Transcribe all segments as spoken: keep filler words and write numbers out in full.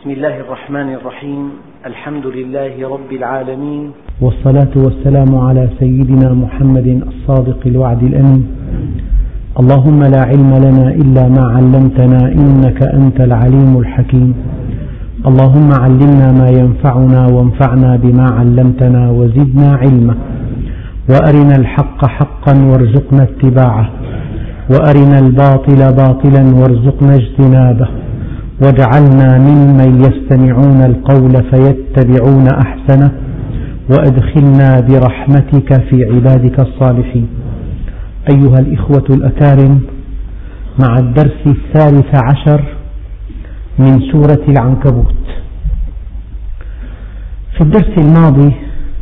بسم الله الرحمن الرحيم. الحمد لله رب العالمين، والصلاة والسلام على سيدنا محمد الصادق الوعد الأمين. اللهم لا علم لنا إلا ما علمتنا إنك أنت العليم الحكيم. اللهم علمنا ما ينفعنا وانفعنا بما علمتنا وزدنا علما، وأرنا الحق حقا وارزقنا اتباعه، وأرنا الباطل باطلا وارزقنا اجتنابه، واجعلنا ممن يستمعون القول فيتبعون أحسنه، وأدخلنا برحمتك في عبادك الصالحين. أيها الإخوة الأكارم، مع الدرس الثالث عشر من سورة العنكبوت. في الدرس الماضي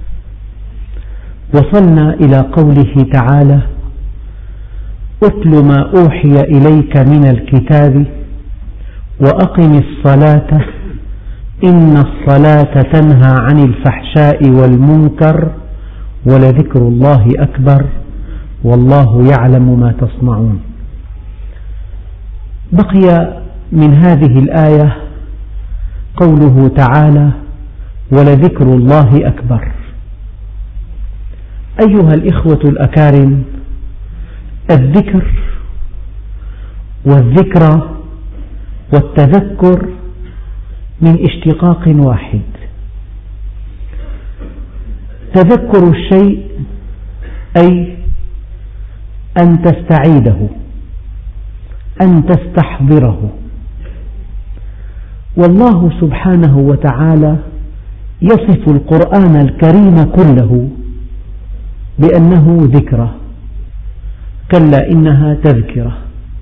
وصلنا إلى قوله تعالى: أتل ما أوحي إليك من الكتاب وأقم الصلاة إن الصلاة تنهى عن الفحشاء والمنكر ولذكر الله أكبر والله يعلم ما تصنعون. بقي من هذه الآية قوله تعالى: ولذكر الله أكبر. أيها الإخوة الأكارم، الذكر والذكرى والتذكر من اشتقاق واحد. تذكر الشيء أي أن تستعيده، أن تستحضره. والله سبحانه وتعالى يصف القرآن الكريم كله بأنه ذكرى، كلا إنها تذكرة.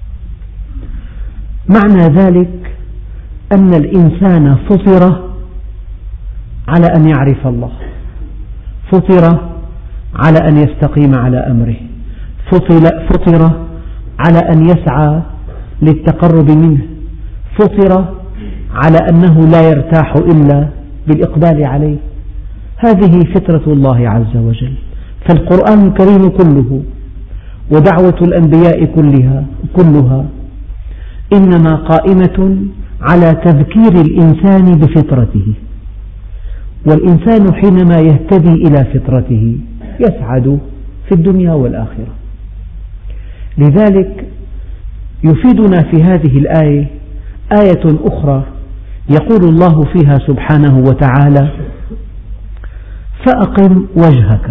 معنى ذلك أن الإنسان فطر على أن يعرف الله، فطر على أن يستقيم على أمره، فطر على أن يسعى للتقرب منه، فطر على أنه لا يرتاح إلا بالإقبال عليه. هذه فطرة الله عز وجل. فالقرآن الكريم كله ودعوة الأنبياء كلها كلها إنما قائمة على تذكير الإنسان بفطرته، والإنسان حينما يهتدي إلى فطرته يسعد في الدنيا والآخرة. لذلك يفيدنا في هذه الآية آية أخرى يقول الله فيها سبحانه وتعالى: فأقم وجهك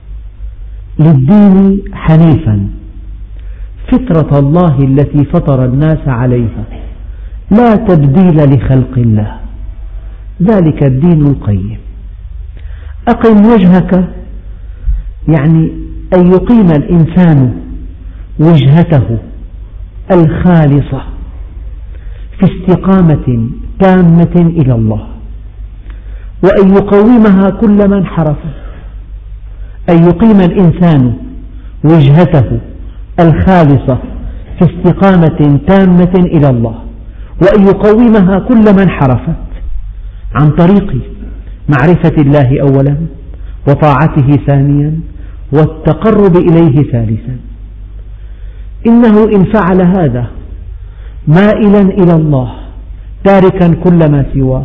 للدين حنيفا فطرة الله التي فطر الناس عليها لا تبديل لخلق الله ذلك الدين القيم. أقم وجهك يعني أن يقيم الإنسان وجهته الخالصة في استقامة تامة إلى الله، وأن يقومها كل من حرف. أن يقيم الإنسان وجهته الخالصة في استقامة تامة إلى الله، وأن يقومها كل من حرفت عن طريق معرفة الله أولا، وطاعته ثانيا، والتقرب إليه ثالثا. إنه إن فعل هذا مائلا إلى الله تاركا كل ما سواه.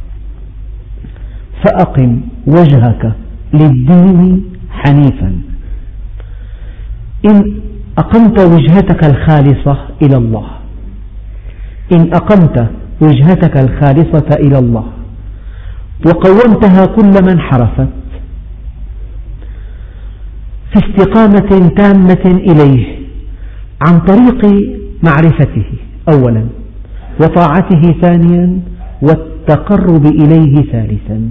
فأقم وجهك للدين حنيفا. إن أقمت وجهتك الخالصة إلى الله، إن أقمت وجهتك الخالصة إلى الله وقومتها كل من حرفت في استقامة تامة إليه عن طريق معرفته أولا، وطاعته ثانيا، والتقرب إليه ثالثا،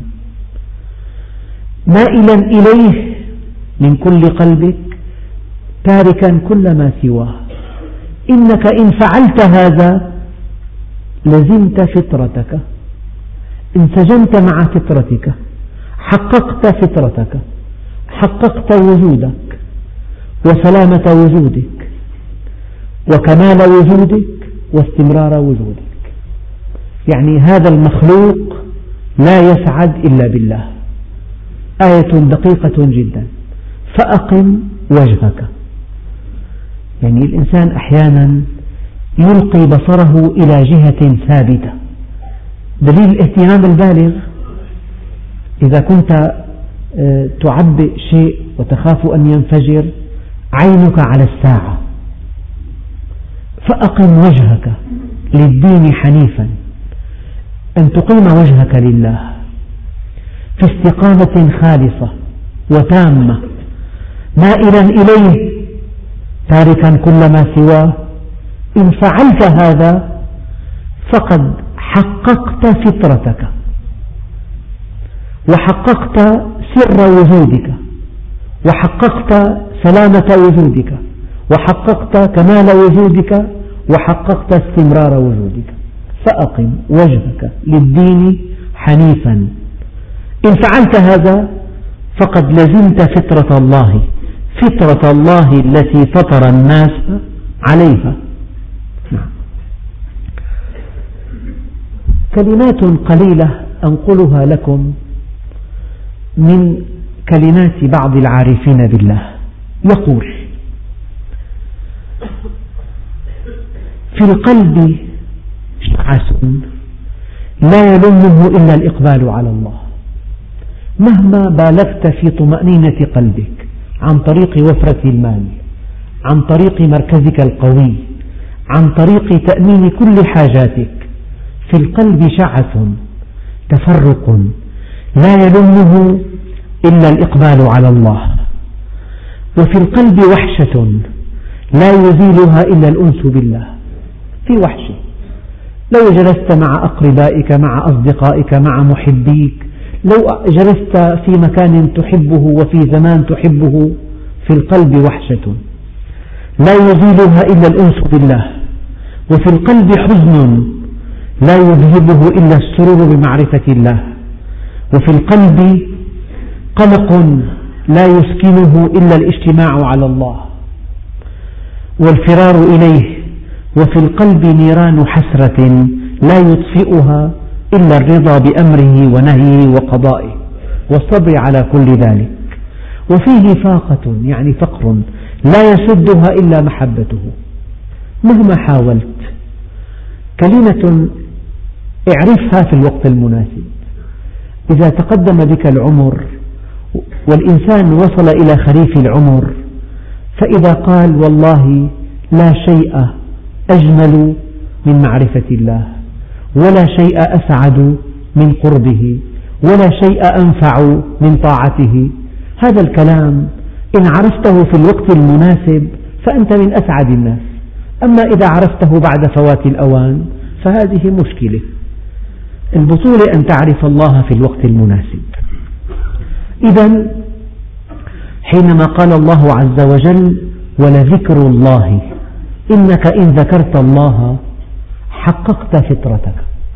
مائلا إليه من كل قلبك تاركا كل ما سواه. إنك إن فعلت هذا لزمت فطرتك، انسجمت مع فطرتك، حققت فطرتك، حققت وجودك وسلامة وجودك وكمال وجودك واستمرار وجودك. يعني هذا المخلوق لا يسعد إلا بالله. آية دقيقة جدا. فأقم وجهك، يعني الإنسان أحيانا يلقي بصره إلى جهة ثابتة دليل الاهتمام البالغ إذا كنت تعبئ شيء وتخاف أن ينفجر، عينك على الساعة، فأقم وجهك للدين حنيفا، أن تقيم وجهك لله في استقامة خالصة وتامة، مائلا إليه تاركا كل ما سواه. إن فعلت هذا فقد حققت فطرتك، وحققت سر وجودك، وحققت سلامة وجودك، وحققت كمال وجودك، وحققت استمرار وجودك. فأقم وجهك للدين حنيفا، إن فعلت هذا فقد لزمت فطرة الله، فطرة الله التي فطر الناس عليها. كلمات قليلة أنقلها لكم من كلمات بعض العارفين بالله. يقول: في القلب شعث لا يلمه إلا الإقبال على الله. مهما بالغت في طمأنينة قلبك عن طريق وفرة المال، عن طريق مركزك القوي، عن طريق تأمين كل حاجاتك، في القلب شعث تفرق لا يلمه إلا الإقبال على الله، وفي القلب وحشة لا يزيلها إلا الأنس بالله. في وحشة، لو جلست مع أقربائك، مع أصدقائك، مع محبيك، لو جلست في مكان تحبه وفي زمان تحبه، في القلب وحشة لا يزيلها إلا الأنس بالله، وفي القلب حزن لا يذهبه إلا السرور بمعرفة الله، وفي القلب قلق لا يسكنه إلا الاجتماع على الله والفرار إليه، وفي القلب نيران حسرة لا يطفئها إلا الرضا بأمره ونهيه وقضائه والصبر على كل ذلك، وفيه فاقة يعني فقر لا يسدها إلا محبته. مهما حاولت، كلمة اعرفها في الوقت المناسب. إذا تقدم بك العمر والإنسان وصل إلى خريف العمر، فإذا قال: والله لا شيء أجمل من معرفة الله، ولا شيء أسعد من قربه، ولا شيء أنفع من طاعته، هذا الكلام إن عرفته في الوقت المناسب فأنت من أسعد الناس. أما إذا عرفته بعد فوات الأوان فهذه مشكلة. البطولة أن تعرف الله في الوقت المناسب. إذن حينما قال الله عز وجل: ولذكر الله، إنك إن ذكرت الله حققت فطرتك،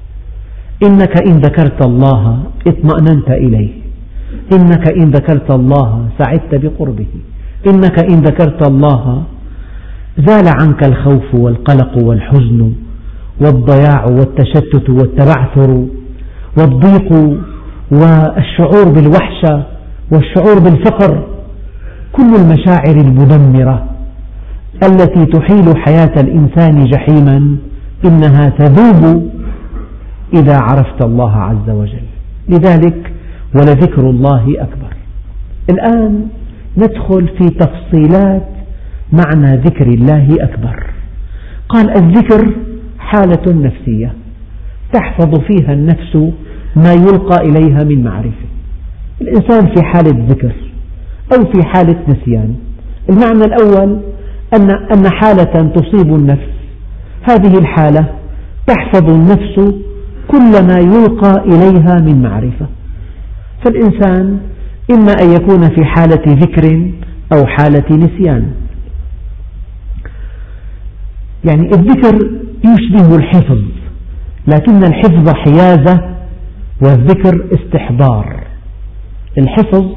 إنك إن ذكرت الله اطمأننت إليه، إنك إن ذكرت الله سعدت بقربه، إنك إن ذكرت الله زال عنك الخوف والقلق والحزن والضياع والتشتت والتبعثر والضيق والشعور بالوحشة والشعور بالفقر، كل المشاعر المدمرة التي تحيل حياة الإنسان جحيما إنها تذوب إذا عرفت الله عز وجل. لذلك ولذكر الله أكبر. الآن ندخل في تفصيلات معنى ذكر الله أكبر. قال: الذكر حالة نفسية تحفظ فيها النفس ما يلقى إليها من معرفة. الإنسان في حالة ذكر أو في حالة نسيان. المعنى الأول أن أن حالة تصيب النفس، هذه الحالة تحفظ النفس كل ما يلقى إليها من معرفة. فالإنسان إما أن يكون في حالة ذكر أو حالة نسيان. يعني الذكر يشبه الحفظ، لكن الحفظ حيازة والذكر استحضار. الحفظ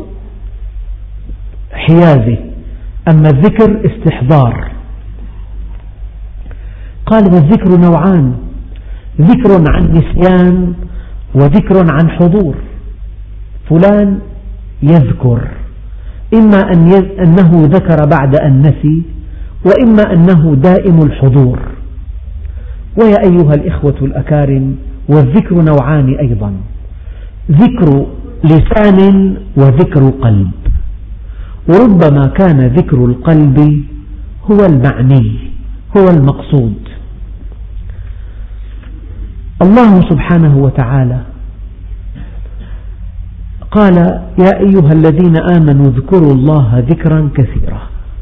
حيازة، أما الذكر استحضار. قال: والذكر نوعان: ذكر عن نسيان وذكر عن حضور. فلان يذكر، إما أنه ذكر بعد أن نسي، وإما أنه دائم الحضور. ويا أيها الإخوة الأكارم والذكر نوعان أيضا، ذكر لسان وذكر قلب، وربما كان ذكر القلب هو المعني هو المقصود. الله سبحانه وتعالى قال: يا أيها الذين آمنوا اذكروا الله ذكرا كثيرا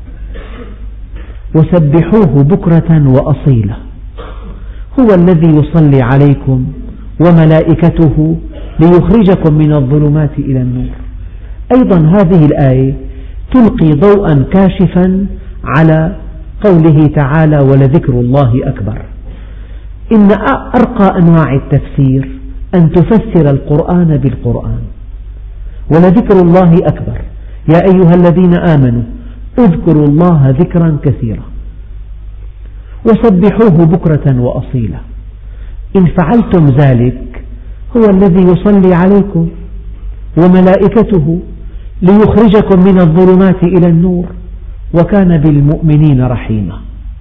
وسبحوه بكرة وأصيلا هو الذي يصلي عليكم وملائكته ليخرجكم من الظلمات إلى النور. أيضا هذه الآية تلقي ضوءا كاشفا على قوله تعالى: ولذكر الله أكبر. إن أرقى أنواع التفسير أن تفسر القرآن بالقرآن. ولذكر الله أكبر، يا أيها الذين آمنوا اذكروا الله ذكرا كثيرا وسبحوه بكرة وأصيلا. إن فعلتم ذلك هو الذي يصلي عليكم وملائكته ليخرجكم من الظلمات إلى النور وكان بالمؤمنين رحيما.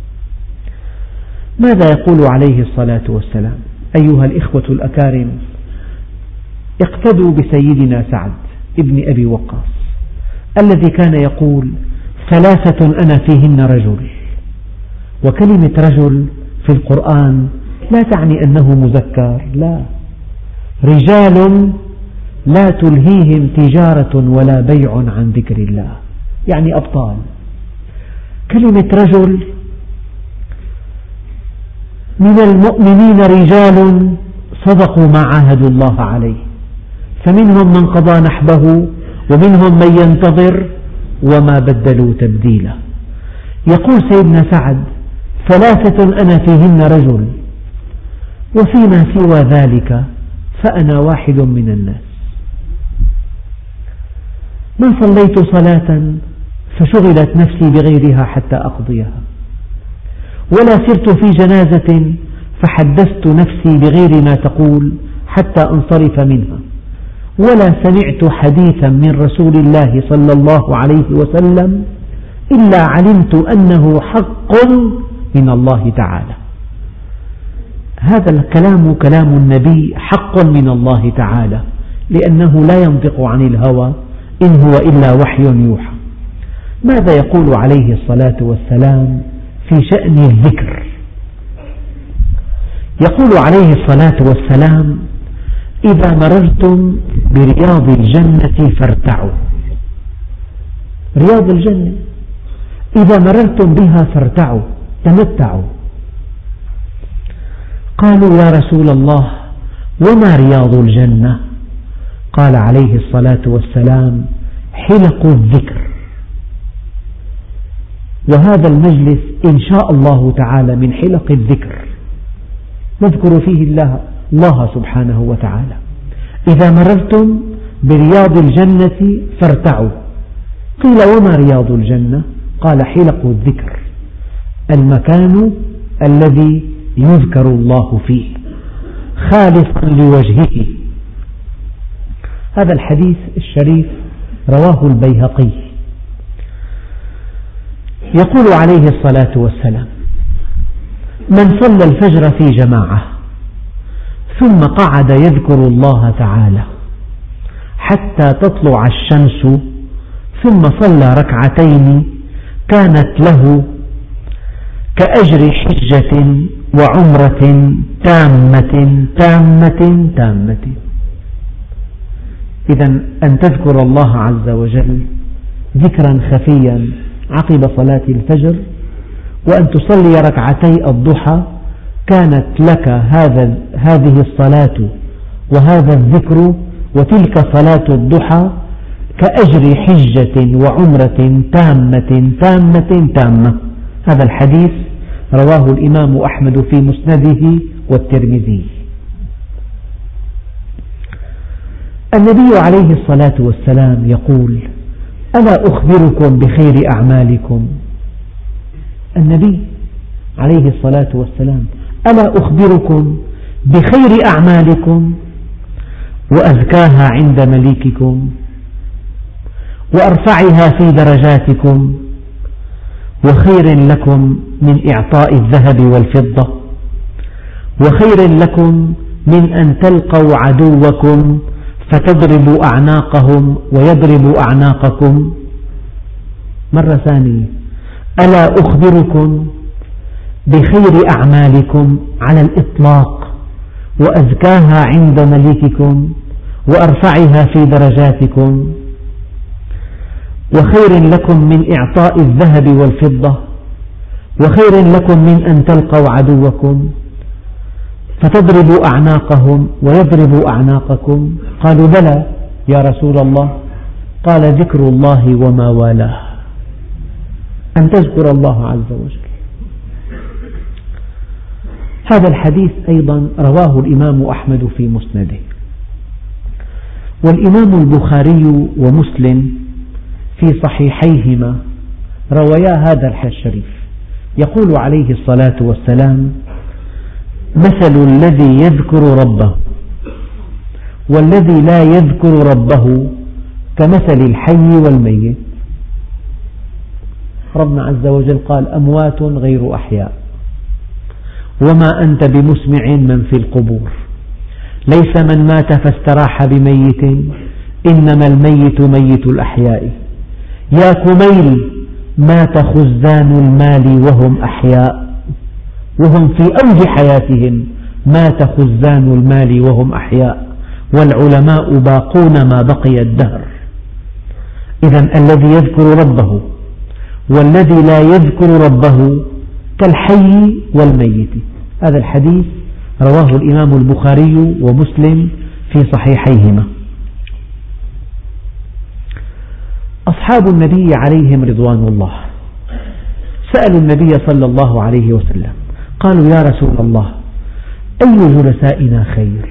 ماذا يقول عليه الصلاة والسلام؟ أيها الإخوة الأكارم، اقتدوا بسيدنا سعد ابن أبي وقاص الذي كان يقول: ثلاثة أنا فيهن رجل. وكلمة رجل في القرآن لا تعني أنه مذكر، لا، رجال لا تلهيهم تجارة ولا بيع عن ذكر الله، يعني أبطال. كلمة رجل، من المؤمنين رجال صدقوا ما عاهدوا الله عليه، فمنهم من قضى نحبه ومنهم من ينتظر وما بدلوا تبديلا. يقول سيدنا سعد: ثلاثة أنا فيهن رجل، وفيما سوى ذلك فأنا واحد من الناس. ما صليت صلاة فشغلت نفسي بغيرها حتى أقضيها، ولا سرت في جنازة فحدثت نفسي بغير ما تقول حتى أنصرف منها، ولا سمعت حديثا من رسول الله صلى الله عليه وسلم إلا علمت أنه حق من الله تعالى. هذا الكلام كلام النبي حق من الله تعالى، لأنه لا ينطق عن الهوى إن هو إلا وحي يوحى. ماذا يقول عليه الصلاة والسلام في شأن الذكر؟ يقول عليه الصلاة والسلام: إذا مررتم برياض الجنة فارتعوا. رياض الجنة إذا مررتم بها فارتعوا، تمتعوا. قالوا: يا رسول الله وما رياض الجنة؟ قال عليه الصلاة والسلام: حلق الذكر. وهذا المجلس إن شاء الله تعالى من حلق الذكر، نذكر فيه الله, الله سبحانه وتعالى. إذا مررتم برياض الجنة فارتعوا. قيل: وما رياض الجنة؟ قال: حلق الذكر، المكان الذي يذكر الله فيه خالصا لوجهه. هذا الحديث الشريف رواه البيهقي. يقول عليه الصلاة والسلام: من صلى الفجر في جماعة ثم قعد يذكر الله تعالى حتى تطلع الشمس ثم صلى ركعتين كانت له كأجر حجة وعمرة تامة تامة تامة. إذا أن تذكر الله عز وجل ذكرا خفيا عقب صلاة الفجر، وأن تصلي ركعتي الضحى، كانت لك هذا هذه الصلاة وهذا الذكر وتلك صلاة الضحى كأجر حجة وعمرة تامة تامة تامة. هذا الحديث رواه الإمام أحمد في مسنده والترمذي. النبي عليه الصلاة والسلام يقول: ألا أخبركم بخير أعمالكم؟ النبي عليه الصلاة والسلام: ألا أخبركم بخير أعمالكم وأزكاها عند مليككم وأرفعها في درجاتكم وخير لكم من إعطاء الذهب والفضة وخير لكم من أن تلقوا عدوكم فتضربوا أعناقهم ويضربوا أعناقكم؟ مرة ثانية: ألا أخبركم بخير أعمالكم على الإطلاق وأزكاها عند مليككم وأرفعها في درجاتكم، وخير لكم من إعطاء الذهب والفضة، وخير لكم من أن تلقوا عدوكم فتضربوا أعناقهم ويضربوا أعناقكم؟ قالوا: بلى يا رسول الله. قال: ذكر الله وما والاه، أن تذكر الله عز وجل. هذا الحديث أيضا رواه الإمام أحمد في مسنده، والإمام البخاري ومسلم في صحيحيهما رويا هذا الحديث الشريف. يقول عليه الصلاة والسلام: مثل الذي يذكر ربه والذي لا يذكر ربه كمثل الحي والميت. ربنا عز وجل قال: أموات غير أحياء وما أنت بمسمع من في القبور، ليس من مات فاستراح بميت، إنما الميت ميت الأحياء. يا كميل مات خزان المال وهم أحياء، وهم في أوج حياتهم مات خزان المال وهم أحياء، والعلماء باقون ما بقي الدهر. إذن الذي يذكر ربه والذي لا يذكر ربه كالحي والميت. هذا الحديث رواه الإمام البخاري ومسلم في صحيحيهما. أصحاب النبي عليهم رضوان الله سألوا النبي صلى الله عليه وسلم، قالوا: يا رسول الله، أي جلسائنا خير؟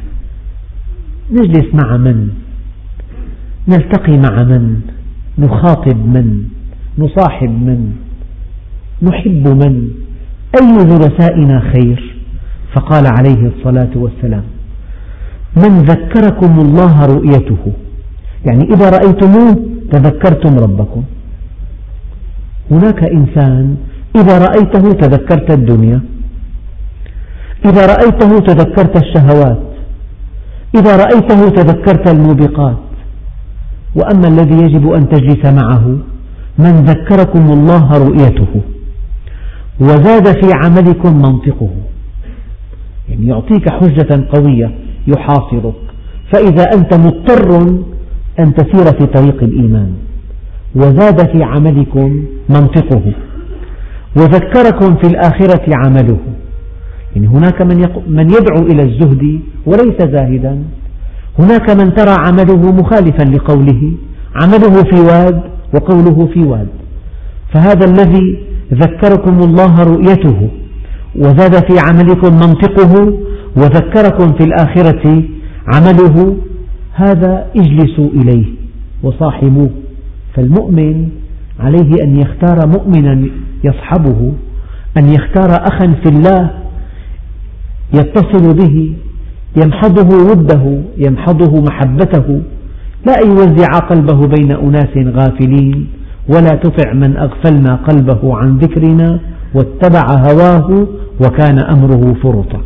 نجلس مع من؟ نلتقي مع من؟ نخاطب من؟ نصاحب من؟ نحب من؟ أي جلسائنا خير؟ فقال عليه الصلاة والسلام: من ذكركم الله رؤيته، يعني إذا رأيتموه تذكرتم ربكم. هناك إنسان إذا رأيته تذكرت الدنيا، إذا رأيته تذكرت الشهوات، إذا رأيته تذكرت الموبقات. وأما الذي يجب أن تجلس معه من ذكركم الله رؤيته وزاد في عملكم منطقه، يعني يعطيك حجة قوية يحاصرك، فإذا أنت مضطر أن تسير في طريق الإيمان، وزاد في عملكم منطقه، وذكركم في الآخرة عمله. يعني هناك من, من يدعو إلى الزهد وليس زاهدا، هناك من ترى عمله مخالفا لقوله، عمله في واد وقوله في واد. فهذا الذي ذكركم الله رؤيته وزاد في عملكم منطقه وذكركم في الآخرة عمله، هذا اجلسوا إليه وصاحبوه. فالمؤمن عليه أن يختار مؤمنا يصحبه، أن يختار أخا في الله يتصل به، يمحضه وده، يمحضه محبته، لا أن يوزع قلبه بين أناس غافلين. ولا تطع من أغفلنا قلبه عن ذكرنا واتبع هواه وكان أمره فرطا.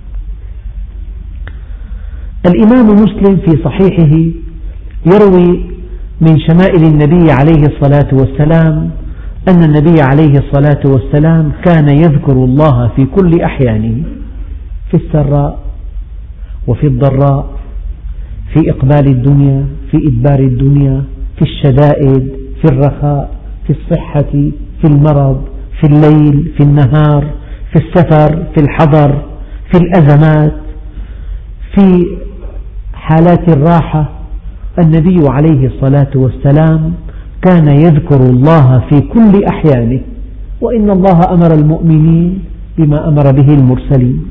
الإمام مسلم في صحيحه يروي من شمائل النبي عليه الصلاة والسلام أن النبي عليه الصلاة والسلام كان يذكر الله في كل أحيانه، في السراء وفي الضراء، في إقبال الدنيا، في إدبار الدنيا، في الشدائد، في الرخاء، في الصحة، في المرض، في الليل، في النهار، في السفر، في الحضر، في الأزمات، في حالات الراحة. النبي عليه الصلاة والسلام كان يذكر الله في كل أحيانه، وإن الله أمر المؤمنين بما أمر به المرسلين.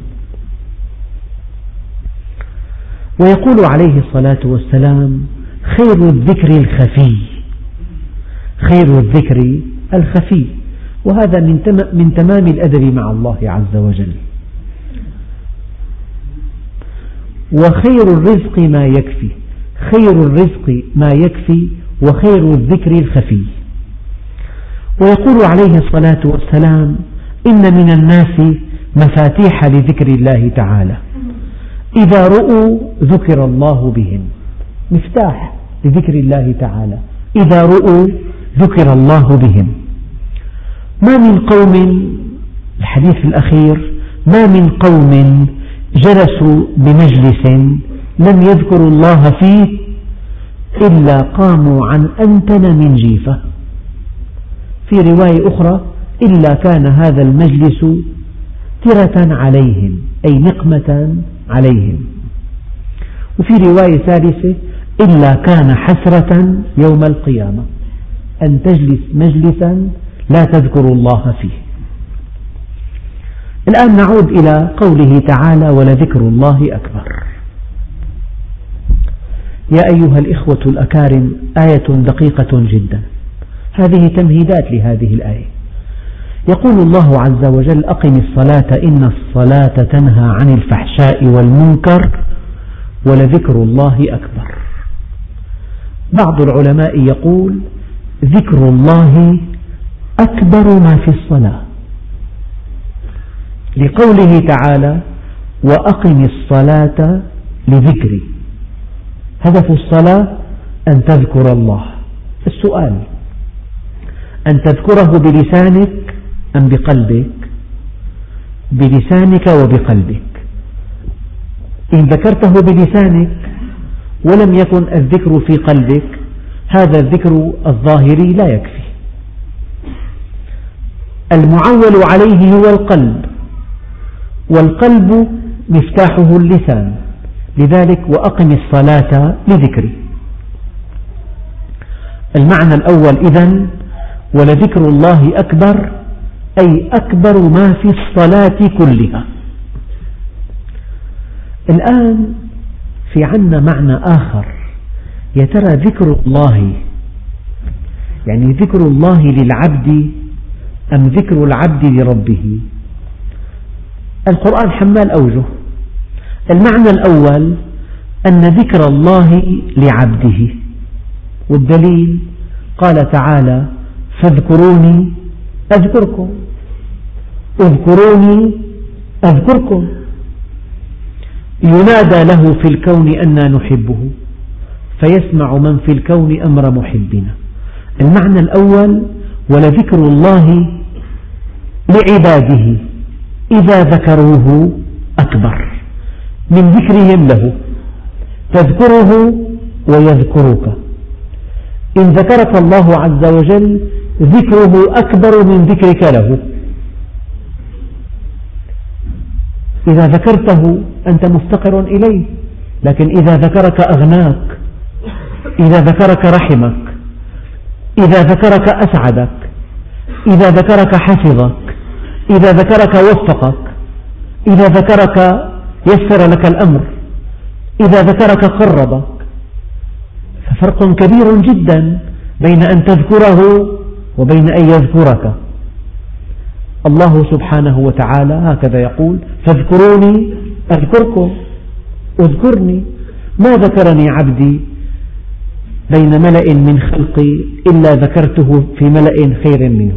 ويقول عليه الصلاة والسلام: خير الذكر الخفي، خير الذكر الخفي. وهذا من تمام الأدب مع الله عز وجل. وخير الرزق ما يكفي، خير الرزق ما يكفي، وخير الذكر الخفي. ويقول عليه الصلاة والسلام: إن من الناس مفاتيح لذكر الله تعالى، إذا رؤوا ذكر الله بهم، مفتاح لذكر الله تعالى. إذا رؤوا ذكر الله بهم. ما من قوم، الحديث الأخير، ما من قوم جلسوا بمجلس لم يذكروا الله فيه إلا قاموا عن أنتن من جيفة. في رواية أخرى: إلا كان هذا المجلس ترة عليهم، أي نقمة عليهم. وفي رواية ثالثة: إلا كان حسرة يوم القيامة، أن تجلس مجلسا لا تذكر الله فيه. الآن نعود إلى قوله تعالى: ولذكر الله أكبر. يا أيها الإخوة الأكارم، آية دقيقة جدا. هذه تمهيدات لهذه الآية. يقول الله عز وجل: أقم الصلاة إن الصلاة تنهى عن الفحشاء والمنكر ولذكر الله أكبر. بعض العلماء يقول: ذكر الله أكبر ما في الصلاة، لقوله تعالى: وأقم الصلاة لذكري. هدف الصلاة أن تذكر الله. السؤال: أن تذكره بلسانك أم بقلبك؟ بلسانك وبقلبك. إن ذكرته بلسانك ولم يكن الذكر في قلبك، هذا الذكر الظاهري لا يكفي. المعول عليه هو القلب، والقلب مفتاحه اللسان. لذلك وأقم الصلاة لذكري. المعنى الأول إذن: ولذكر الله أكبر، أي أكبر ما في الصلاة كلها. الآن في عنا معنى آخر. يا ترى ذكر الله يعني ذكر الله للعبد أم ذكر العبد لربه؟ القرآن حمال أوجه. المعنى الأول أن ذكر الله لعبده، والدليل قال تعالى: فاذكروني أذكركم، اذكروني أذكركم. ينادى له في الكون أنا نحبه، فيسمع من في الكون أمر محبنا. المعنى الأول: ولذكر الله لعباده إذا ذكروه أكبر من ذكرهم له. تذكره ويذكرك. إن ذكرك الله عز وجل ذكره أكبر من ذكرك له. إذا ذكرته أنت مفتقر إليه، لكن إذا ذكرك أغناك، إذا ذكرك رحمك، إذا ذكرك أسعدك، إذا ذكرك حفظك، إذا ذكرك وفقك، إذا ذكرك يسر لك الأمر، إذا ذكرك قربك. ففرق كبير جدا بين أن تذكره وبين أن يذكرك. الله سبحانه وتعالى هكذا يقول: فاذكروني أذكركم، اذكرني. ما ذكرني عبدي بين ملأ من خلقي إلا ذكرته في ملأ خير منه.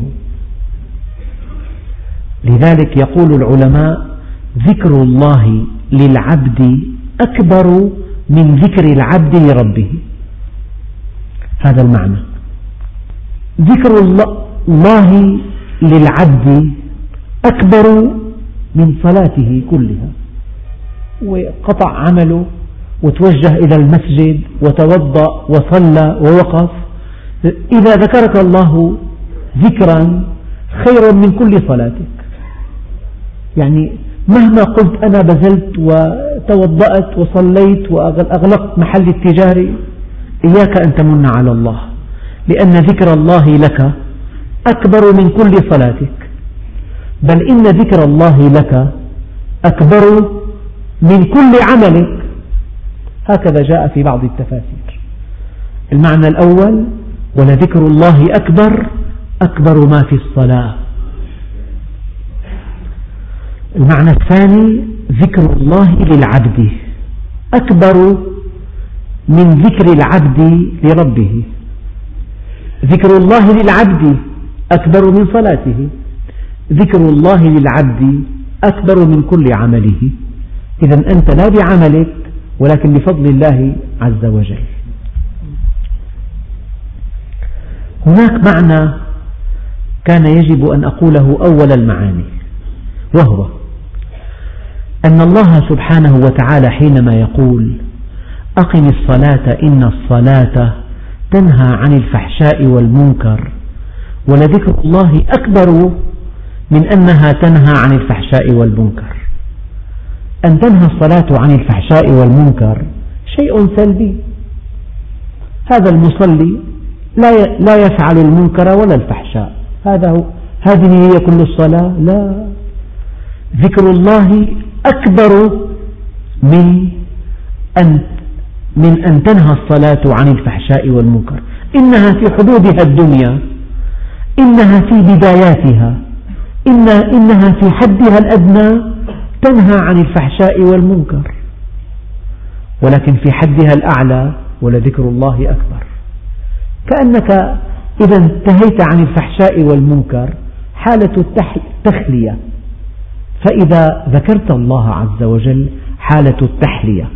لذلك يقول العلماء: ذكر الله للعبد أكبر من ذكر العبد لربه. هذا المعنى. ذكر الله للعبد أكبر من صلاته كلها، وقطع عمله وتوجه إلى المسجد وتوضأ وصلى ووقف. إذا ذكرك الله ذكرا خير من كل صلاتك. يعني مهما قلت أنا بذلت وتوضأت وصليت وأغلقت محل التجاري، إياك أن تمن على الله، لأن ذكر الله لك أكبر من كل صلاتك. بل إن ذكر الله لك أكبر من كل عملك. هكذا جاء في بعض التفاسير. المعنى الأول: ولذكر الله أكبر، أكبر ما في الصلاة. المعنى الثاني: ذكر الله للعبد أكبر من ذكر العبد لربه. ذكر الله للعبد أكبر من صلاته، ذكر الله للعبد أكبر من كل عمله. إذا أنت لا بعملك ولكن بفضل الله عز وجل. هناك معنى كان يجب أن أقوله أول المعاني، وهو أن الله سبحانه وتعالى حينما يقول أقم الصلاة إن الصلاة تنهى عن الفحشاء والمنكر، ولذكر الله أكبر من أنها تنهى عن الفحشاء والمنكر. أن تنهى الصلاة عن الفحشاء والمنكر شيء سلبي، هذا المصلي لا يفعل المنكر ولا الفحشاء، هذا هو، هذه هي كل الصلاة؟ لا، ذكر الله أكبر من أن من أن تنهى الصلاة عن الفحشاء والمنكر. إنها في حدودها الدنيا، إنها في بداياتها، إن إنها في حدها الأدنى تنهى عن الفحشاء والمنكر، ولكن في حدها الأعلى ولذكر الله أكبر. كأنك إذا انتهيت عن الفحشاء والمنكر حالة التخلية، فإذا ذكرت الله عز وجل حالة التحلية.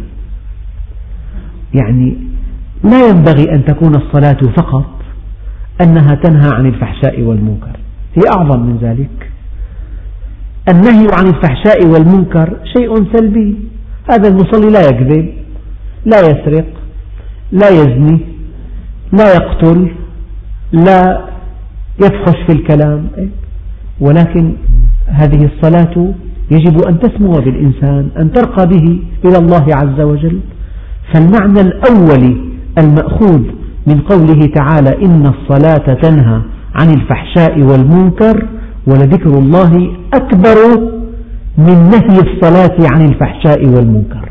يعني لا ينبغي أن تكون الصلاة فقط أنها تنهى عن الفحشاء والمنكر، هي أعظم من ذلك. النهي عن الفحشاء والمنكر شيء سلبي، هذا المصلي لا يكذب، لا يسرق، لا يزني، لا يقتل، لا يفحش في الكلام، ولكن هذه الصلاة يجب أن تسمو بالإنسان، أن ترقى به إلى الله عز وجل. فالمعنى الأول المأخوذ من قوله تعالى إن الصلاة تنهى عن الفحشاء والمنكر ولذكر الله أكبر من نهي الصلاة عن الفحشاء والمنكر.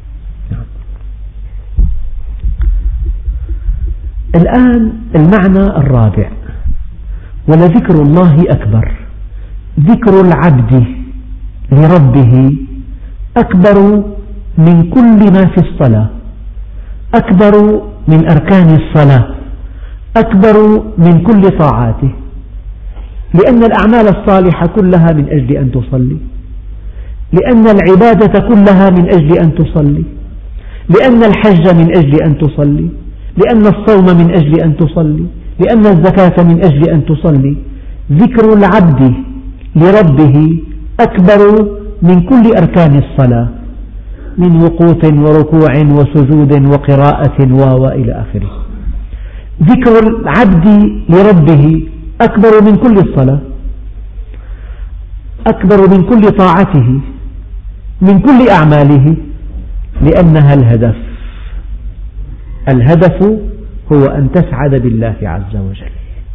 الآن المعنى الرابع، ولذكر الله أكبر. ذكر العبد لربه أكبر من كل ما في الصلاة، أكبر من أركان الصلاة، أكبر من كل طاعاته، لأن الأعمال الصالحة كلها من أجل أن تصلي، لأن العبادة كلها من أجل أن تصلي، لأن الحج من أجل أن تصلي، لأن الصوم من أجل أن تصلي، لأن الزكاة من أجل أن تصلي. ذكر العبد لربه أكبر من كل أركان الصلاة، من وقوف وركوع وسجود وقراءة وإلى آخره. ذكر العبد لربه أكبر من كل الصلاة، أكبر من كل طاعته، من كل أعماله، لأنها الهدف. الهدف هو أن تسعد بالله عز وجل.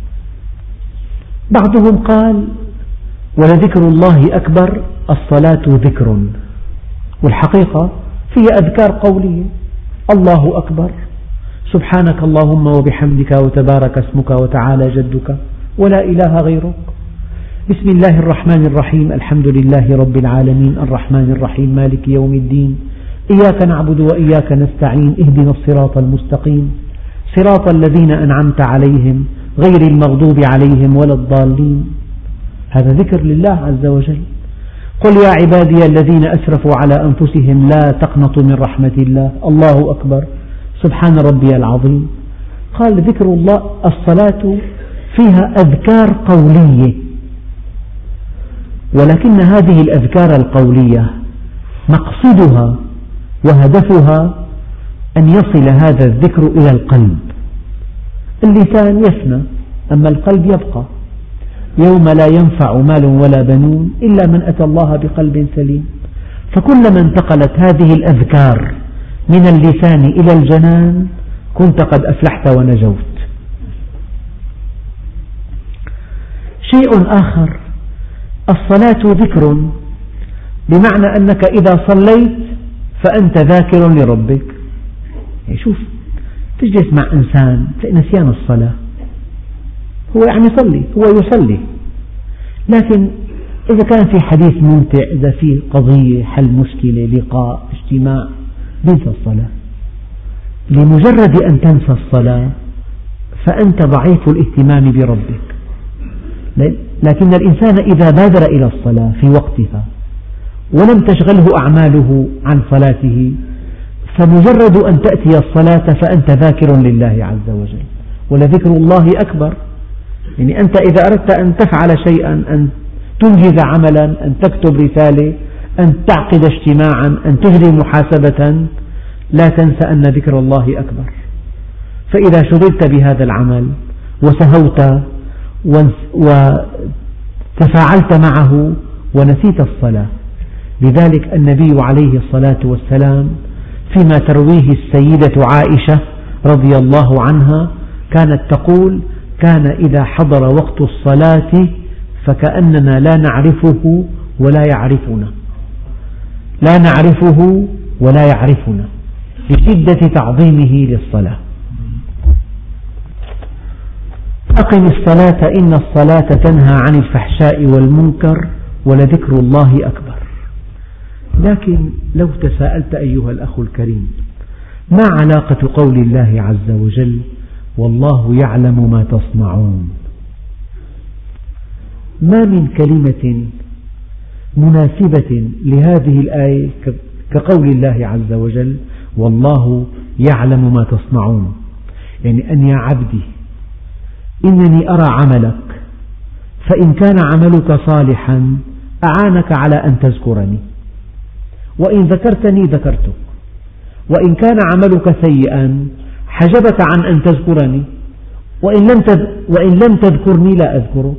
بعضهم قال ولذكر الله أكبر، الصلاة ذكر، والحقيقة فيها أذكار قولية، الله أكبر، سبحانك اللهم وبحمدك وتبارك اسمك وتعالى جدك ولا إله غيرك، بسم الله الرحمن الرحيم، الحمد لله رب العالمين الرحمن الرحيم مالك يوم الدين، إياك نعبد وإياك نستعين، اهدنا الصراط المستقيم، صراط الذين أنعمت عليهم غير المغضوب عليهم ولا الضالين. هذا ذكر لله عز وجل. قل يا عبادي الذين أسرفوا على أنفسهم لا تقنطوا من رحمة الله، الله أكبر، سبحان ربي العظيم. قال ذكر الله، الصلاة فيها أذكار قولية، ولكن هذه الأذكار القولية مقصدها وهدفها أن يصل هذا الذكر إلى القلب. اللسان يفنى أما القلب يبقى، يوم لا ينفع مال ولا بنون إلا من أتى الله بقلب سليم. فكلما انتقلت هذه الأذكار من اللسان إلى الجنان كنت قد أفلحت ونجوت. شيء آخر، الصلاة ذكر، بمعنى أنك إذا صليت فأنت ذاكر لربك. يعني شوف، تجلس مع إنسان تلاقي نسيان الصلاة، هو يعني يصلي، هو يصلي، لكن إذا كان في حديث ممتع، إذا في قضية، حل مشكلة، لقاء، اجتماع، بينسى الصلاة. لمجرد أن تنسى الصلاة فأنت ضعيف الاهتمام بربك. لكن الإنسان إذا بادر إلى الصلاة في وقتها ولم تشغله أعماله عن صلاته، فمجرد أن تأتي الصلاة فأنت ذاكر لله عز وجل، ولذكر الله أكبر. يعني أنت إذا أردت أن تفعل شيئا، أن تنجز عملا، أن تكتب رسالة، أن تعقد اجتماعا، أن تجري محاسبة، لا تنسى أن ذكر الله أكبر. فإذا شغلت بهذا العمل وسهوت وتفاعلت معه ونسيت الصلاة. لذلك النبي عليه الصلاة والسلام فيما ترويه السيدة عائشة رضي الله عنها كانت تقول: كان إذا حضر وقت الصلاة فكأننا لا نعرفه ولا يعرفنا، لا نعرفه ولا يعرفنا، لشدة تعظيمه للصلاة. أقم الصلاة إن الصلاة تنهى عن الفحشاء والمنكر ولذكر الله أكبر. لكن لو تساءلت أيها الأخ الكريم: ما علاقة قول الله عز وجل والله يعلم ما تصنعون؟ ما من كلمة مناسبة لهذه الآية كقول الله عز وجل والله يعلم ما تصنعون. يعني أن يا عبدي إنني أرى عملك، فإن كان عملك صالحا أعانك على أن تذكرني، وإن ذكرتني ذكرتك، وإن كان عملك سيئا حجبك عن أن تذكرني، وإن لم وإن لم تذكرني لا أذكرك.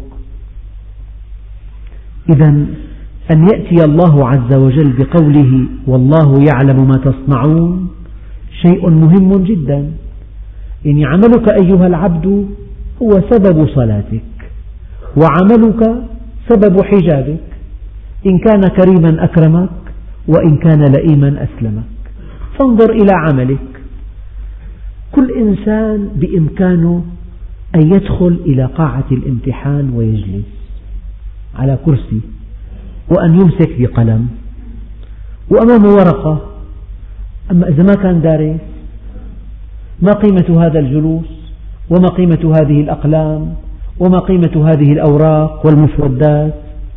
إذا أن يأتي الله عز وجل بقوله والله يعلم ما تصنعون شيء مهم جدا. إن عملك أيها العبد هو سبب صلاتك، وعملك سبب حجابك، إن كان كريما أكرمك، وإن كان لئيما أسلمك. فانظر إلى عملك. كل إنسان بإمكانه أن يدخل إلى قاعة الامتحان ويجلس على كرسي، وأن يمسك بقلم وأمامه ورقة. أما إذا ما كان دارس، ما قيمة هذا الجلوس؟ وما قيمة هذه الأقلام؟ وما قيمة هذه الأوراق والمسودات؟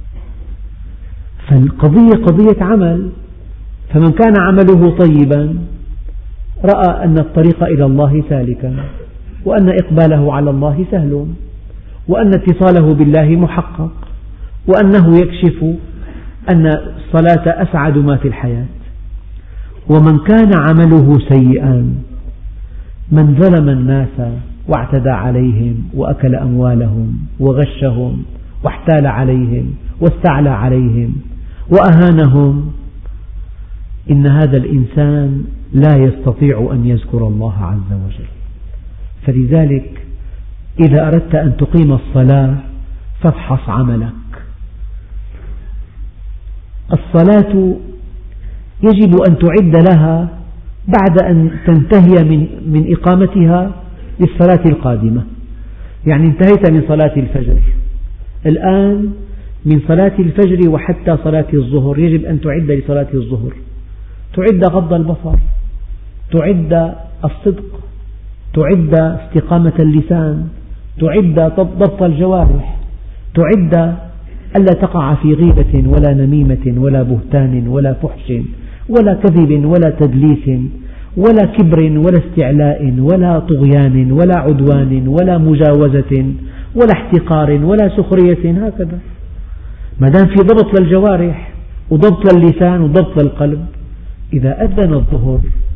فالقضية قضية عمل. فمن كان عمله طيبا رأى أن الطريق إلى الله سالكا، وأن إقباله على الله سهل، وأن اتصاله بالله محقق، وأنه يكشف أن الصلاة أسعد ما في الحياة. ومن كان عمله سيئا، من ظلم الناس واعتدى عليهم وأكل أموالهم وغشهم واحتال عليهم واستعلى عليهم وأهانهم، إن هذا الإنسان لا يستطيع أن يذكر الله عز وجل. فلذلك إذا أردت أن تقيم الصلاة فافحص عملك. الصلاة يجب أن تعد لها بعد أن تنتهي من, من إقامتها للصلاة القادمة. يعني انتهيت من صلاة الفجر، الآن من صلاة الفجر وحتى صلاة الظهر يجب أن تعد لصلاة الظهر. تعد غض البصر، تعد الصدق، تعد استقامة اللسان، تعد ضبط الجوارح، تعد ألا تقع في غيبة ولا نميمة ولا بهتان ولا فحش ولا كذب ولا تدليس ولا كبر ولا استعلاء ولا طغيان ولا عدوان ولا مجاوزة ولا احتقار ولا سخرية. هكذا ما دام في ضبط للجوارح وضبط للسان وضبط للقلب. إذا أذن الظهر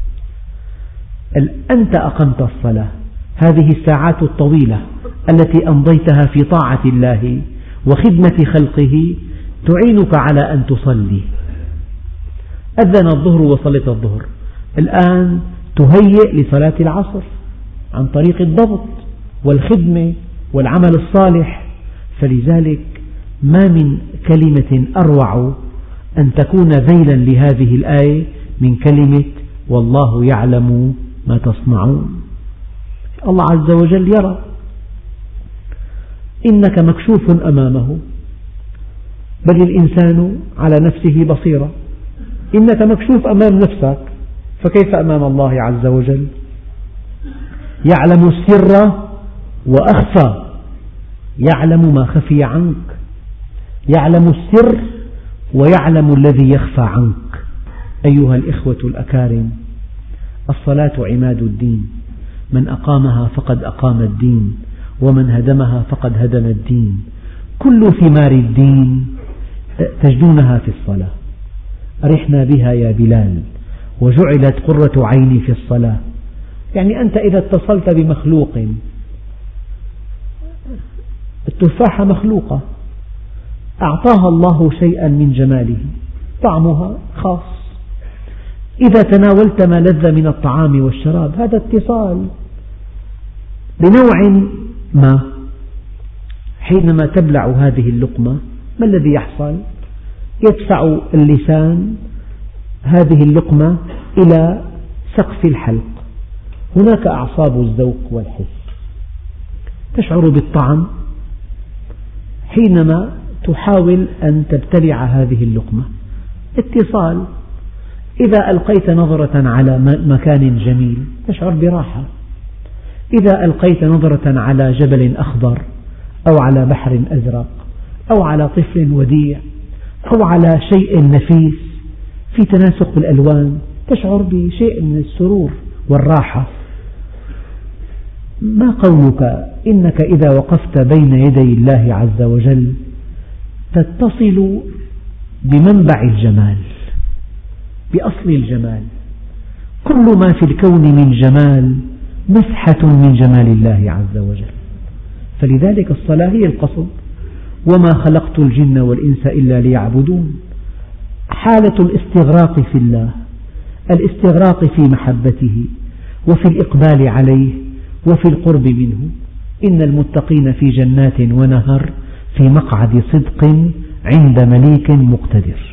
أنت أقمت الصلاة، هذه الساعات الطويلة التي أمضيتها في طاعة الله وخدمة خلقه تعينك على أن تصلي. أذن الظهر وصلت الظهر، الآن تهيئ لصلاة العصر عن طريق الضبط والخدمة والعمل الصالح. فلذلك ما من كلمة أروع أن تكون ذيلا لهذه الآية من كلمة والله يعلم ما تصنعون. الله عز وجل يرى، إنك مكشوف أمامه، بل الإنسان على نفسه بصيرة. إنك مكشوف أمام نفسك، فكيف أمام الله عز وجل؟ يعلم السر وأخفى، يعلم ما خفي عنك، يعلم السر ويعلم الذي يخفى عنك. أيها الإخوة الأكارم، الصلاة عماد الدين، من أقامها فقد أقام الدين، ومن هدمها فقد هدم الدين. كل ثمار الدين تجدونها في الصلاة. أرحنا بها يا بلال، وجعلت قرة عيني في الصلاة. يعني أنت إذا اتصلت بمخلوق، التفاحة مخلوقة أعطاها الله شيئا من جماله، طعمها خاص. إذا تناولت ما لذ من الطعام والشراب، هذا اتصال بنوع ما. حينما تبلع هذه اللقمة، ما الذي يحصل؟ يدفع اللسان هذه اللقمة إلى سقف الحلق، هناك أعصاب الذوق والحس، تشعر بالطعم حينما تحاول أن تبتلع هذه اللقمة. اتصال. إذا ألقيت نظرة على مكان جميل تشعر براحة، إذا ألقيت نظرة على جبل أخضر أو على بحر أزرق أو على طفل وديع أو على شيء نفيس في تناسق بالألوان تشعر بشيء من السرور والراحة. ما قولك إنك إذا وقفت بين يدي الله عز وجل تتصل بمنبع الجمال، بأصل الجمال. كل ما في الكون من جمال مسحة من جمال الله عز وجل. فلذلك الصلاة هي القصد. وما خلقت الجن والإنس إلا ليعبدون. حالة الاستغراق في الله، الاستغراق في محبته وفي الإقبال عليه وفي القرب منه. إن المتقين في جنات ونهر في مقعد صدق عند مليك مقتدر.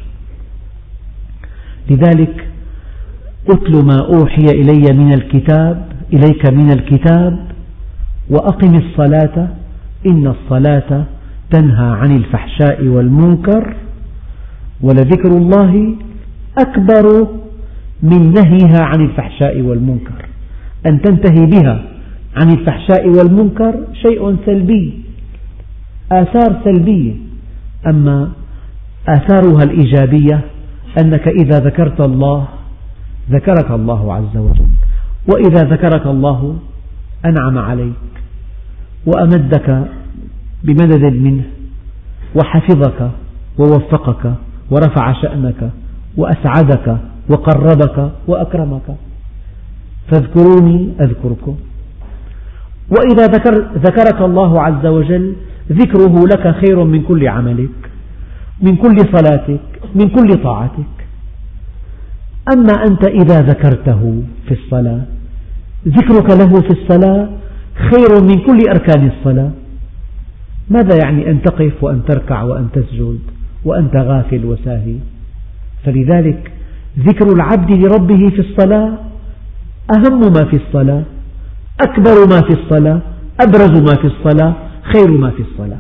لذلك أتل ما أوحي إلي من الكتاب إليك من الكتاب وأقم الصلاة إن الصلاة تنهى عن الفحشاء والمنكر ولذكر الله أكبر من نهيها عن الفحشاء والمنكر. أن تنتهي بها عن الفحشاء والمنكر شيء سلبي، آثار سلبية، أما آثارها الإيجابية أنك إذا ذكرت الله ذكرك الله عز وجل، وإذا ذكرك الله أنعم عليك وأمدك بمدد منه وحفظك ووفقك ورفع شأنك وأسعدك وقربك وأكرمك. فاذكروني أذكركم. وإذا ذكر ذكرك الله عز وجل ذكره لك خير من كل عملك، من كل صلاتك، من كل طاعتك. أما أنت إذا ذكرته في الصلاة ذكرك له في الصلاة خير من كل أركان الصلاة. ماذا يعني أن تقف وأن تركع وأن تسجد وأنت غافل وساهي؟ فلذلك ذكر العبد لربه في الصلاة أهم ما في الصلاة، أكبر ما في الصلاة، أبرز ما في الصلاة، خير ما في الصلاة.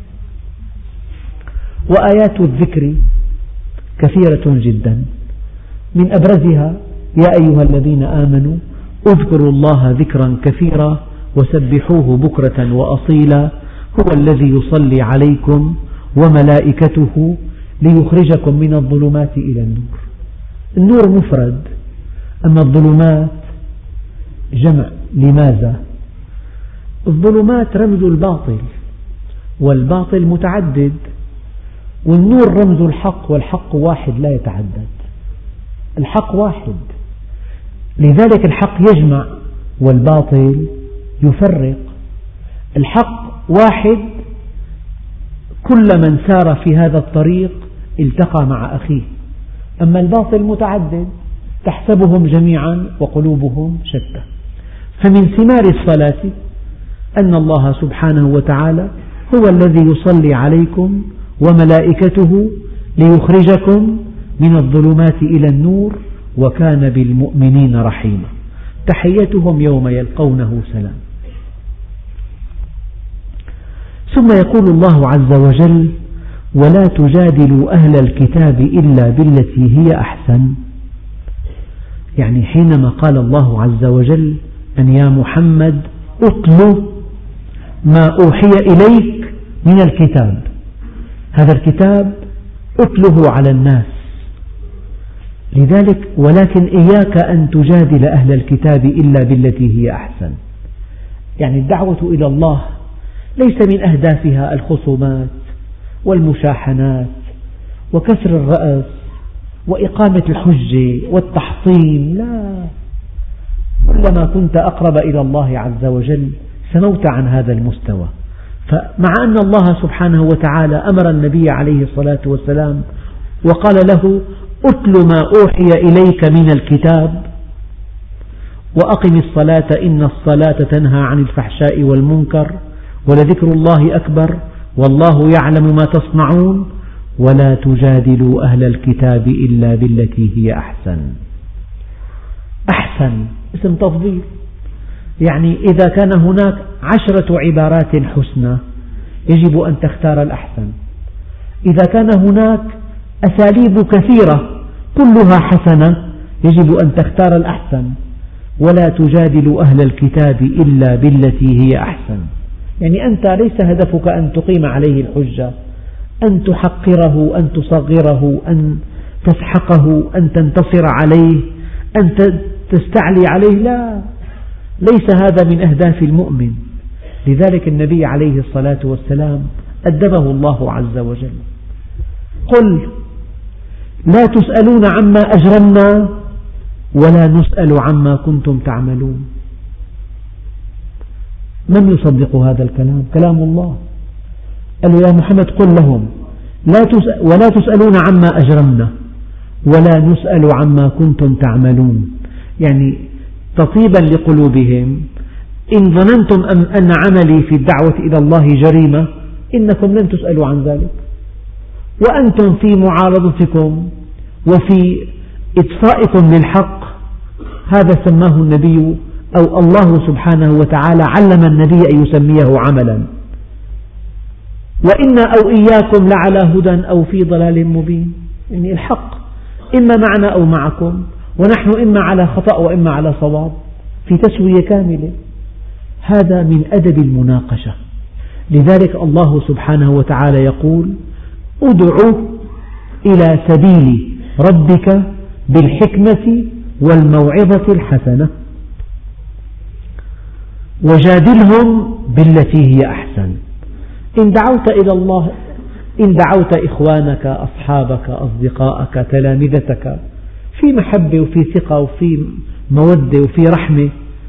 وآيات الذكر كثيرة جدا، من أبرزها يا أيها الذين آمنوا اذكروا الله ذكرا كثيرا وسبحوه بكرة وأصيلا هو الذي يصلي عليكم وملائكته ليخرجكم من الظلمات إلى النور. النور مفرد، أما الظلمات جمع. لماذا؟ الظلمات رمز الباطل والباطل متعدد، والنور رمز الحق والحق واحد لا يتعدد. الحق واحد، لذلك الحق يجمع والباطل يفرق. الحق واحد، كل من سار في هذا الطريق التقى مع أخيه. أما الباطل متعدد، تحسبهم جميعا وقلوبهم شتى. فمن ثمار الصلاة أن الله سبحانه وتعالى هو الذي يصلي عليكم وملائكته ليخرجكم من الظلمات إلى النور وكان بالمؤمنين رحيما. تحيتهم يوم يلقونه سلام. ثم يقول الله عز وجل ولا تجادلوا أهل الكتاب إلا بالتي هي أحسن. يعني حينما قال الله عز وجل أن يا محمد أتل ما أوحي إليك من الكتاب، هذا الكتاب أتله على الناس. لذلك ولكن إياك أن تجادل أهل الكتاب إلا بالتي هي أحسن. يعني الدعوة إلى الله ليس من أهدافها الخصومات والمشاحنات وكسر الرأس وإقامة الحجة والتحطيم، لا، كلما كنت أقرب إلى الله عز وجل سموت عن هذا المستوى. فمع أن الله سبحانه وتعالى أمر النبي عليه الصلاة والسلام وقال له أتل ما أوحي إليك من الكتاب وأقم الصلاة إن الصلاة تنهى عن الفحشاء والمنكر ولذكر الله أكبر والله يعلم ما تصنعون ولا تجادلوا أهل الكتاب إلا بالتي هي أحسن. أحسن اسم تفضيل، يعني إذا كان هناك عشرة عبارات حسنى يجب أن تختار الأحسن. إذا كان هناك أساليب كثيرة كلها حسنة يجب أن تختار الأحسن. ولا تجادلوا أهل الكتاب إلا بالتي هي أحسن، يعني أنت ليس هدفك أن تقيم عليه الحجة، أن تحقره، أن تصغره، أن تسحقه، أن تنتصر عليه، أن تستعلي عليه، لا، ليس هذا من أهداف المؤمن. لذلك النبي عليه الصلاة والسلام أدبه الله عز وجل. قل لا تسألون عما أجرمنا ولا نسأل عما كنتم تعملون. من يصدق هذا الكلام؟ كلام الله. قال يا محمد قل لهم لا تسأل ولا تسألون عما أجرمنا ولا نسأل عما كنتم تعملون، يعني تطيبا لقلوبهم، إن ظننتم أن عملي في الدعوة إلى الله جريمة إنكم لن تسألوا عن ذلك، وأنتم في معارضتكم وفي إطفائكم للحق. هذا سماه النبي أو الله سبحانه وتعالى علم النبي أن يسميه عملا. وإنا أو إياكم لعلى هدى أو في ضلال مبين، يعني الحق إما معنا أو معكم، ونحن إما على خطأ وإما على صواب، في تسوية كاملة. هذا من أدب المناقشة. لذلك الله سبحانه وتعالى يقول ادع إلى سبيل ربك بالحكمة والموعظة الحسنة وجادلهم بالتي هي أحسن. إن دعوت إلى الله، إن دعوت إخوانك، أصحابك، أصدقائك، تلامذتك في محبة وفي ثقة وفي مودة وفي رحمة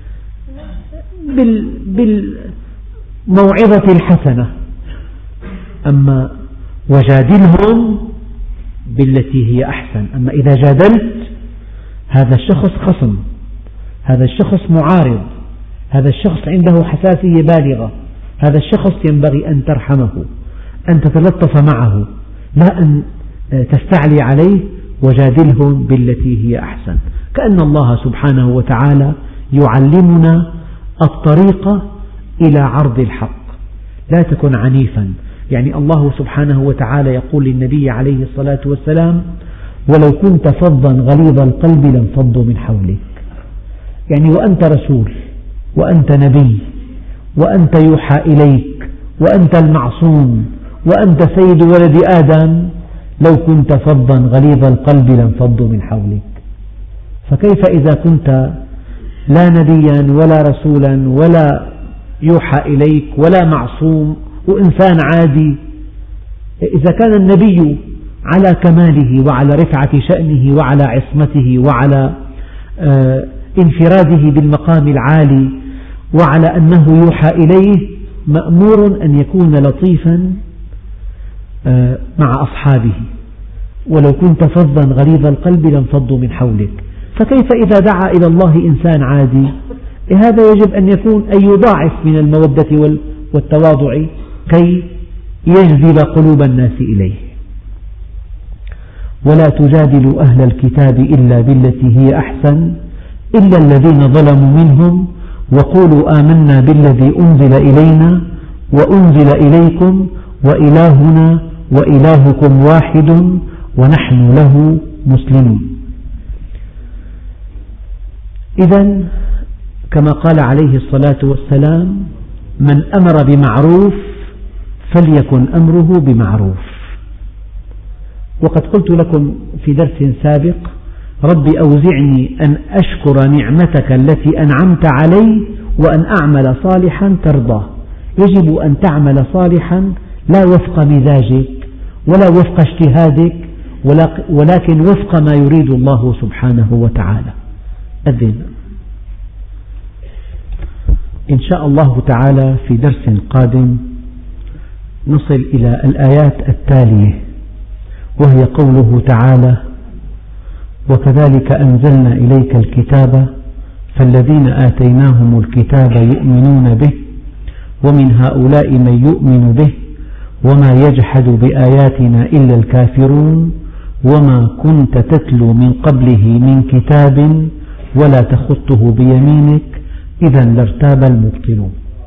بالموعظة الحسنة، أما وجادلهم بالتي هي أحسن. أما إذا جادلت هذا الشخص خصم، هذا الشخص معارض، هذا الشخص عنده حساسية بالغة، هذا الشخص ينبغي أن ترحمه، أن تتلطف معه، لا أن تستعلي عليه. وجادلهم بالتي هي أحسن، كأن الله سبحانه وتعالى يعلمنا الطريق إلى عرض الحق. لا تكن عنيفا، يعني الله سبحانه وتعالى يقول للنبي عليه الصلاة والسلام ولو كنت فظا غليظ القلب لانفضوا من حولك. يعني وأنت رسول وأنت نبي وأنت يوحى إليك وأنت المعصوم وأنت سيد ولد آدم، لو كنت فظا غليظ القلب لانفضوا من حولك. فكيف إذا كنت لا نبيا ولا رسولا ولا يوحى إليك ولا معصوم وإنسان عادي؟ إذا كان النبي على كماله وعلى رفعة شأنه وعلى عصمته وعلى انفراده بالمقام العالي وعلى أنه يوحى إليه، مأمور أن يكون لطيفا مع أصحابه. ولو كنت فظا غليظ القلب لانفضوا من حولك. فكيف إذا دعا إلى الله إنسان عادي؟ هذا يجب أن يكون أن يضاعف من المودة والتواضع كي يجذب قلوب الناس إليه. ولا تجادلوا أهل الكتاب إلا بالتي هي أحسن إلا الذين ظلموا منهم وقولوا آمنا بالذي أنزل إلينا وأنزل إليكم وإلهنا وإلهكم واحد ونحن له مسلمون. إذن كما قال عليه الصلاة والسلام من أمر بمعروف فليكن أمره بمعروف، وقد قلت لكم في درس سابق: رب أوزعني أن أشكر نعمتك التي أنعمت علي وأن أعمل صالحا ترضاه. يجب أن تعمل صالحا لا وفق مزاجك ولا وفق اجتهادك، ولكن وفق ما يريد الله سبحانه وتعالى. أذن إن شاء الله تعالى في درس قادم نصل إلى الآيات التالية، وهي قوله تعالى: وكذلك أنزلنا إليك الكتاب فالذين آتيناهم الكتاب يؤمنون به ومن هؤلاء من يؤمن به وما يجحد بآياتنا إلا الكافرون وما كنت تتلو من قبله من كتاب ولا تخطه بيمينك إذا لارتاب المبطلون.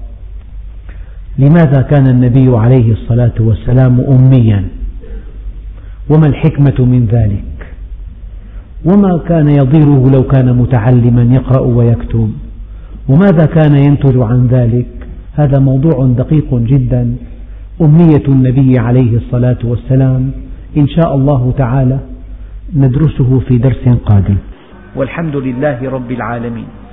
لماذا كان النبي عليه الصلاة والسلام أميا؟ وما الحكمة من ذلك؟ وما كان يضيره لو كان متعلما يقرأ ويكتب؟ وماذا كان ينتج عن ذلك؟ هذا موضوع دقيق جدا، أمية النبي عليه الصلاة والسلام، إن شاء الله تعالى ندرسه في درس قادم. والحمد لله رب العالمين.